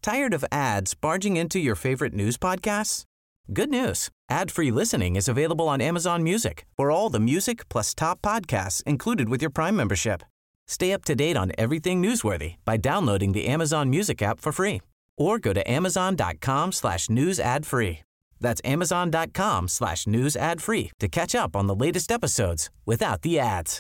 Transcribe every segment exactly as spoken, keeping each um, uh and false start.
Tired of ads barging into your favorite news podcasts? Good news. Ad-free listening is available on Amazon Music for all the music plus top podcasts included with your Prime membership. Stay up to date on everything newsworthy by downloading the Amazon Music app for free or go to amazon.com slash news ad free. That's amazon.com slash news ad free to catch up on the latest episodes without the ads.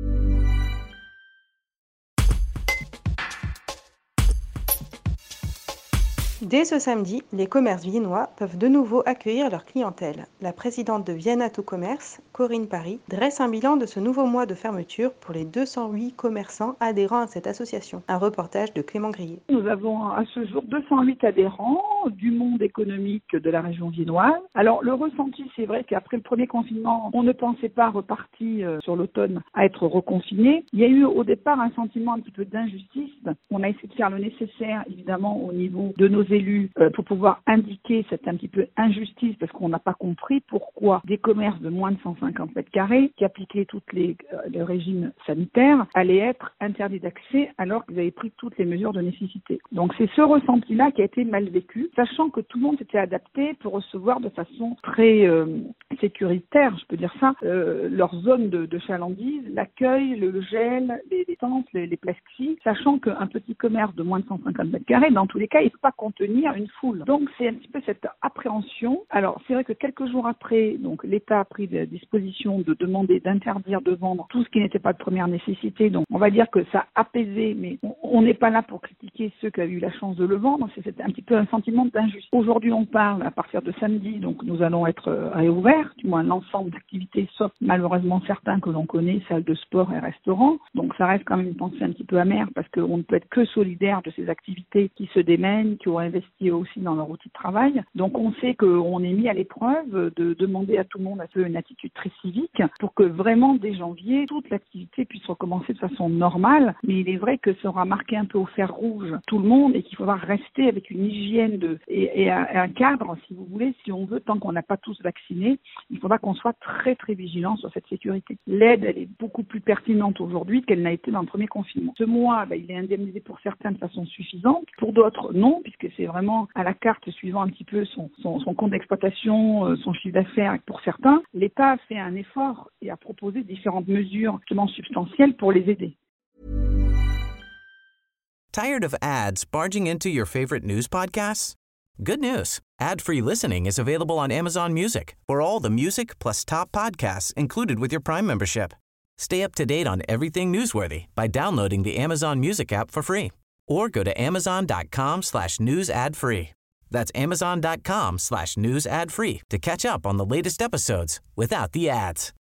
Dès ce samedi, les commerces viennois peuvent de nouveau accueillir leur clientèle. La présidente de Vienna to Commerce, Corinne Paris, dresse un bilan de ce nouveau mois de fermeture pour les deux cent huit commerçants adhérents à cette association. Un reportage de Clément Grillet. Nous avons à ce jour deux cent huit adhérents du monde économique de la région viennoise. Alors le ressenti, c'est vrai qu'après le premier confinement, on ne pensait pas reparti euh, sur l'automne à être reconfiné. Il y a eu au départ un sentiment un petit peu d'injustice. On a essayé de faire le nécessaire, évidemment, au niveau de nos élus euh, pour pouvoir indiquer cette un petit peu injustice parce qu'on n'a pas compris pourquoi des commerces de moins de cent cinquante mètres carrés qui appliquaient tous les, euh, les régimes sanitaires allaient être interdits d'accès alors qu'ils avaient pris toutes les mesures de nécessité. Donc c'est ce ressenti-là qui a été mal vécu, sachant que tout le monde s'était adapté pour recevoir de façon très euh, sécuritaire, je peux dire ça, euh, leur zone de, de chalandise, l'accueil, le gel, les, les tentes, les, les plexis, sachant qu'un petit commerce de moins de cent cinquante mètres carrés, dans tous les cas, il ne peut pas contenir une foule. Donc c'est un petit peu cette appréhension. Alors c'est vrai que quelques jours après, donc l'État a pris la disposition de demander d'interdire de vendre tout ce qui n'était pas de première nécessité. Donc on va dire que ça a apaisé, mais on n'est pas là pour critiquer ceux qui avaient eu la chance de le vendre. C'est un petit peu un sentiment d'injustice. Aujourd'hui on parle à partir de samedi, donc nous allons être réouverts, du moins l'ensemble d'activités, sauf malheureusement certains que l'on connaît, salles de sport et restaurants. Donc ça reste quand même une pensée un petit peu amère parce qu'on ne peut être que solidaire de ces activités qui se démènent, qui ont investi aussi dans leur outil de travail. Donc on sait qu'on est mis à l'épreuve de demander à tout le monde un peu une attitude très civique pour que vraiment dès janvier, toute l'activité puisse recommencer de façon normale. Mais il est vrai que ça aura marqué un peu au fer rouge tout le monde et qu'il faudra rester avec une hygiène de, et, et un, un cadre, si vous voulez, si on veut, tant qu'on n'a pas tous vacciné, il faudra qu'on soit très très vigilant sur cette sécurité. L'aide, elle est beaucoup plus pertinente aujourd'hui qu'elle n'a été dans le premier confinement. Ce mois, bah, il est indemnisé pour certains de façon suffisante, pour d'autres non, puisque c'est vraiment à la carte suivant un petit peu son, son, son compte d'exploitation, son chiffre d'affaires. Pour certains, l'État a fait un effort et a proposé différentes mesures justement substantielles pour les aider. Tired of ads barging into your favorite news podcasts? Good news. Ad-free listening is available on Amazon Music for all the music plus top podcasts included with your Prime membership. Stay up to date on everything newsworthy by downloading the Amazon Music app for free or go to amazon.com slash news ad free. That's amazon.com slash news ad free to catch up on the latest episodes without the ads.